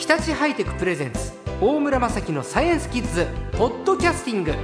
日立ハイテクプレゼンツ大村雅樹のサイエンスキッズポッドキャスティング。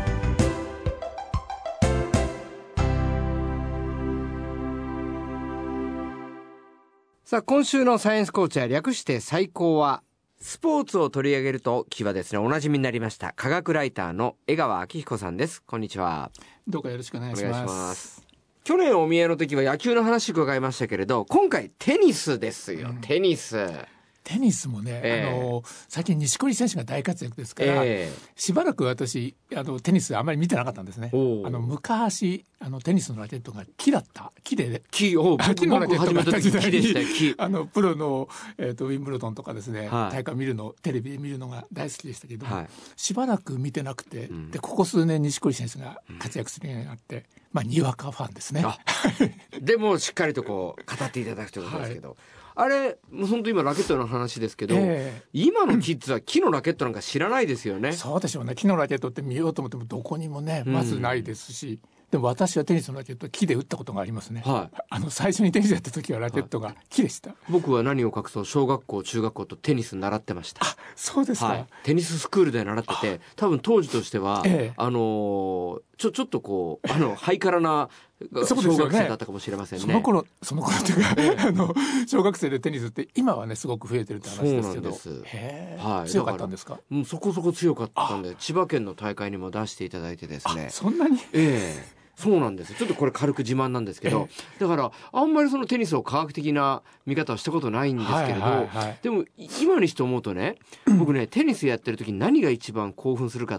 さあ、今週のサイエンスコーチは略して最高は、スポーツを取り上げるときはですね、おなじみになりました科学ライターの江川昭彦さんです。こんにちは。 どうかよろしくお願いします。 お願いします。去年お見えの時は野球の話伺いましたけれど、今回テニスですよ、テニスもね、最近錦織選手が大活躍ですから、しばらく私テニスあまり見てなかったんですね。昔テニスのラケットが木だった木のラケットがあった時代にプロの、ウィンブルドンとかですね、大会見るのテレビで見るのが大好きでしたけど、しばらく見てなくて、でここ数年錦織選手が活躍するようになって、にわかファンですね。 でもしっかりとこう語っていただくということですけど、あれもう本当今ラケットの話ですけど、今のキッズは木のラケットなんか知らないですよね。 そうでしょうね。木のラケットって見ようと思ってもどこにもねまずないですし、でも私はテニスのラケット木で打ったことがありますね。最初にテニスやった時はラケットが木でした。 僕は何を隠そう小学校中学校とテニス習ってました。 そうですか。 テニススクールで習ってて、多分当時としては、ちょっとこうハイカラな小学生だったかもしれませんね。 その頃というか、小学生でテニスって今はねすごく増えてるって話ですけど。そうなんです。強かったんですか？ そこそこ強かったんで、千葉県の大会にも出していただいてですね。 そんなに？ そうなんです。ちょっとこれ軽く自慢なんですけど、だからあんまりそのテニスを科学的な見方をしたことないんですけれど、でも今にして思うとね、僕ねテニスやってる時に何が一番興奮するかって、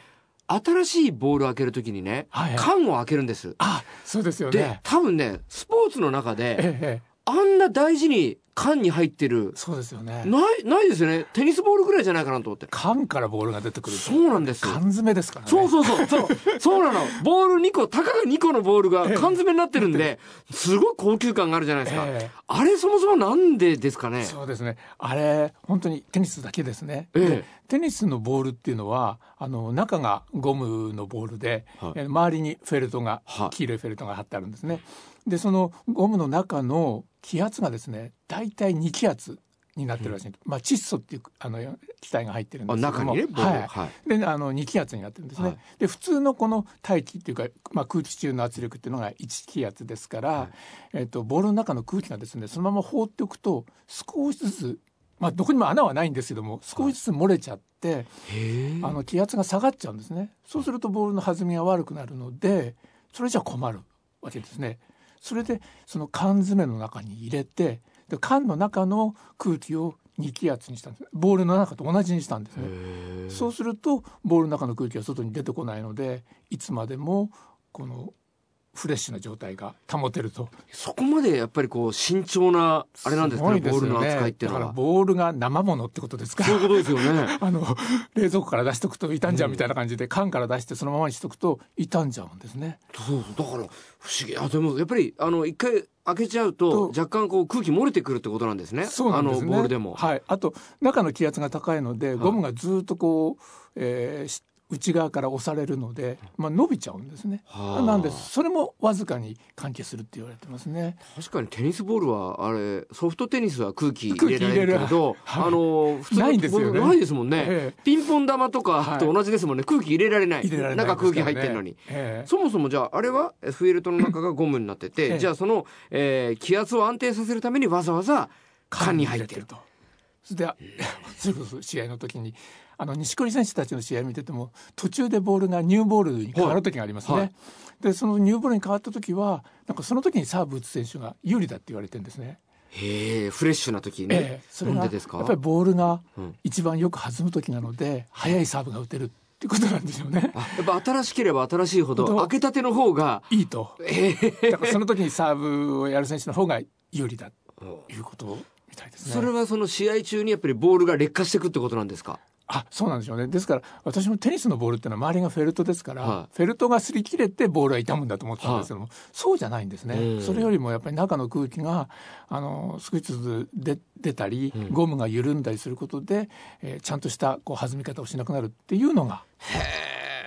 新しいボールを開けるときにね、缶を開けるんです。 そうですよね。 で、多分ね、スポーツの中で、あんな大事に缶に入ってる。 そうですよね。 ないですよね。テニスボールぐらいじゃないかなと思って。 缶からボールが出てくる。 そうなんです。 缶詰ですからね。 そうなの。ボール2個、たかが2個のボールが缶詰になってるんで、すごい高級感があるじゃないですか。あれそもそもなんでですかね。 そうですね。あれ、本当にテニスだけですね。テニスのボールっていうのは、中がゴムのボールで、周りにフェルトが、黄色いフェルトが貼ってあるんですね。で、そのゴムの中の気圧がですね、だいたい2気圧になってるらしい。窒素っていう気体が入ってるんですけども、 中にね、 で2気圧になってるんですね。で普通のこの大気っていうか、空気中の圧力っていうのが1気圧ですから、ボールの中の空気がですねそのまま放っておくと少しずつ、どこにも穴はないんですけども少しずつ漏れちゃって、気圧が下がっちゃうんですね。そうするとボールの弾みが悪くなるので、それじゃ困るわけですね。それでその缶詰の中に入れて、で缶の中の空気を2気圧にしたんです。ボールの中と同じにしたんですね。そうするとボールの中の空気は外に出てこないので、いつまでもこのフレッシュな状態が保てると。 そこまでやっぱりこう慎重なあれなんですかね、ボールの扱いっていうのは。 だからボールが生ものってことですから。 そういうことですよね。 冷蔵庫から出しとくと傷んじゃうみたいな感じで、缶から出してそのままにしとくと傷んじゃうんですね。 そうだから不思議。でもやっぱり一回開けちゃうと若干こう空気漏れてくるってことなんですね。 そうなんですね。 ボールでも。 あと中の気圧が高いので、ゴムがずっとこう、内側から押されるので、伸びちゃうんですね。なんでそれもわずかに関係するって言われてますね。 確かにテニスボールはあれソフトテニスは空気入れられるけれど、普通のないんですよね。 ないですもんね。ピンポン玉とかと同じですもんね。空気入れられない。中空気入ってるのに。そもそもじゃああれはフェルトの中がゴムになってて、じゃあその、気圧を安定させるためにわざわざ缶に入ってると。 それで試合の時に錦織選手たちの試合を見てても、途中でボールがニューボールに変わる時がありますね。でそのニューボールに変わった時はなんかその時にサーブ打つ選手が有利だって言われてるんですね。 フレッシュな時にね。 それがやっぱりボールが一番よく弾む時なので、速いサーブが打てるっていうことなんでしょうね。 やっぱ新しければ新しいほど開けたての方がいいと。だからその時にサーブをやる選手の方が有利だということみたいですね。 それはその試合中にやっぱりボールが劣化していくってことなんですか？ そうなんでしょうね。ですから私もテニスのボールっていうのは周りがフェルトですから、フェルトが擦り切れてボールは傷むんだと思ってたんですけども、そうじゃないんですね。それよりもやっぱり中の空気が少しずつ出たり、ゴムが緩んだりすることで、ちゃんとした弾み方をしなくなるっていうのが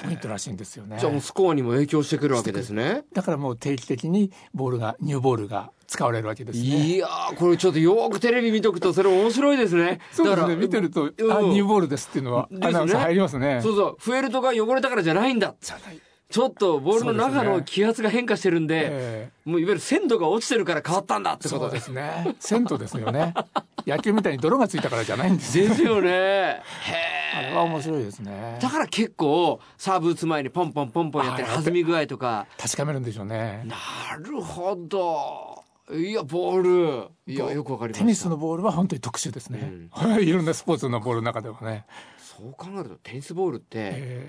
ポイントらしいんですよね。 じゃあもうスコアにも影響してくるわけですね。 だからもう定期的にニューボールが使われるわけですね。 いやー、これちょっとよくテレビ見とくとそれ面白いですね。 そうですね、 だから見てると、ニューボールですっていうのはですね、 アナウンス入りますね。 そうそう、フェルトが汚れたからじゃないんだ、 じゃない、 ちょっとボールの中の気圧が変化してるんで、もういわゆる鮮度が落ちてるから変わったんだってことですね。鮮度ですよね。野球みたいに泥がついたからじゃないんですよ。 ですよね。 あれは面白いですね。 だから結構サーブ打つ前にポンポンポンポンやって弾み具合とか確かめるんでしょうね。 なるほど。いやボール、いやよくわかりました。 テニスのボールは本当に特殊ですね、いろんなスポーツのボールの中ではね。 そう考えるとテニスボールって、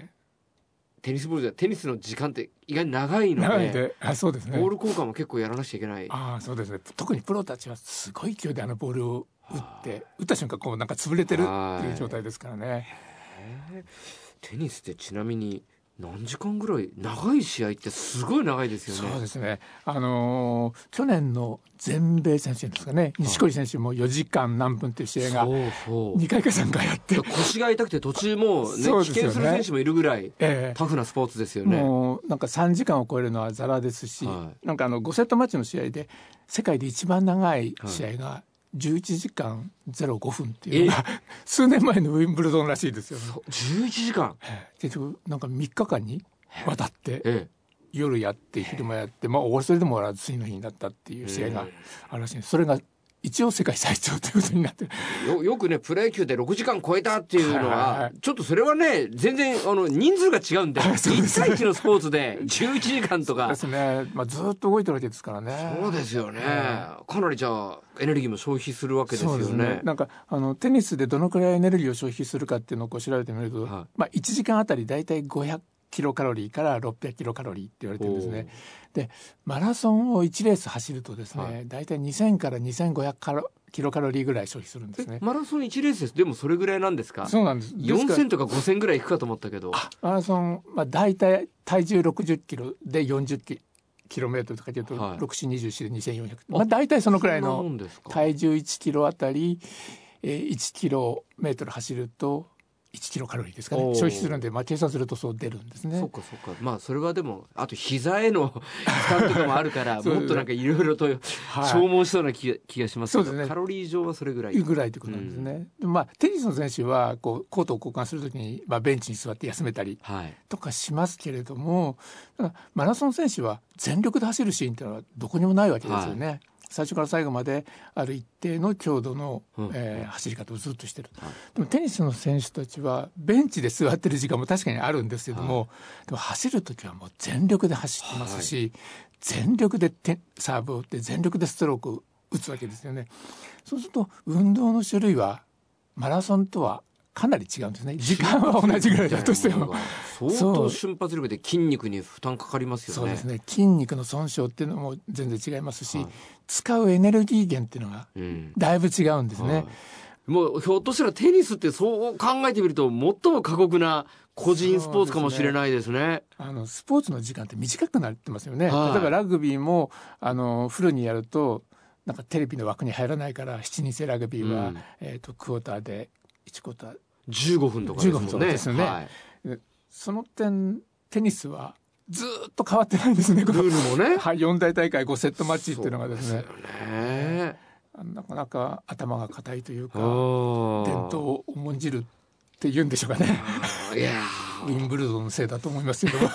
テニスボールではテニスの時間って意外に長いの で、 そうですね、 ボール交換も結構やらなきゃいけない。 そうですね。特にプロたちはすごい勢いでボールを打った瞬間こうなんか潰れてるっていう状態ですからね。 テニスってちなみに何時間ぐらい、長い試合ってすごい長いですよね。 そうですね。去年の全米選手ですかね、錦織選手も4時間何分っていう試合が2回か3回やって、 腰が痛くて途中もうね、棄権する選手もいるぐらいタフなスポーツですよね。 もうなんか3時間を超えるのはザラですし、なんか5セットマッチの試合で世界で一番長い試合が11時間05分っていうのが数年前のウィンブルドンらしいですよね。 11時間、 結局なんか3日間にわたって夜やって昼間やって、それでも次の日になったっていう試合があるらしいんです。それが一応世界最長ということになってる。よくねプロ野球で6時間超えたっていうのは、ちょっとそれはね全然人数が違うんで、1対1のスポーツで11時間とかですね、ずっと動いてるわけですからね。 そうですよね、かなりじゃあエネルギーも消費するわけですよ ね。 なんかテニスでどのくらいエネルギーを消費するかっていうのをこう調べてみると、1時間あたりだいたい500キロカロリーから600キロカロリーって言われてるんですね。でマラソンを1レース走るとですね、だいたい2000から2500キロカロリーぐらい消費するんですね。 マラソン1レースです。でもそれぐらいなんですか？そうなんです。4000とか5000ぐらいいくかと思ったけど、 マラソン、だいたい体重60キロで40キロメートルとか言うと、6、4、24で2400、だいたいそのくらいの体重1キロあたり、1キロメートル走ると1キロカロリーですかね、消費するんで、計算するとそう出るんですね。 そうかそうか。それはでもあと膝への負担とかもあるからもっとなんかいろいろと消耗しそうな気がしますけど、そうですね、カロリー上はそれぐらいぐらいということなんですね。でテニスの選手はコートを交換するときに、ベンチに座って休めたりとかしますけれども、マラソン選手は全力で走るシーンっていうのはどこにもないわけですよね。最初から最後まである一定の強度の、走り方をずっとしてる、でもテニスの選手たちはベンチで座ってる時間も確かにあるんですけども、でも走る時はもう全力で走ってますし、全力でサーブを打って全力でストロークを打つわけですよね。そうすると運動の種類はマラソンとはかなり違うんですね。時間は同じぐらいだとしても相当瞬発力で筋肉に負担かかりますよね。 そうですね。筋肉の損傷っていうのも全然違いますし、使うエネルギー源っていうのがだいぶ違うんですね。 もうひょっとしたらテニスってそう考えてみると最も過酷な個人スポーツかもしれないですね。 スポーツの時間って短くなってますよね。例えばラグビーもフルにやるとなんかテレビの枠に入らないから、7人制ラグビーは、クォーターで1クォーター15分とかですもんね。その点テニスはずっと変わってないんですね。 ルールもね、 4大大会5セットマッチっていうのがですね、なかなか頭が固いというか、伝統を重んじるって言うんでしょうかね。いやウィンブルドンのせいだと思いますけど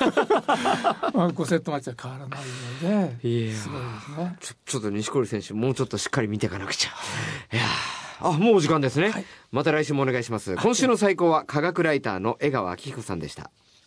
5セットマッチは変わらないので、すごいですね。 ちょっと錦織選手もうちょっとしっかり見ていかなくちゃ。もうお時間ですね、また来週もお願いします。今週の最高は科学ライターの江川明彦さんでした。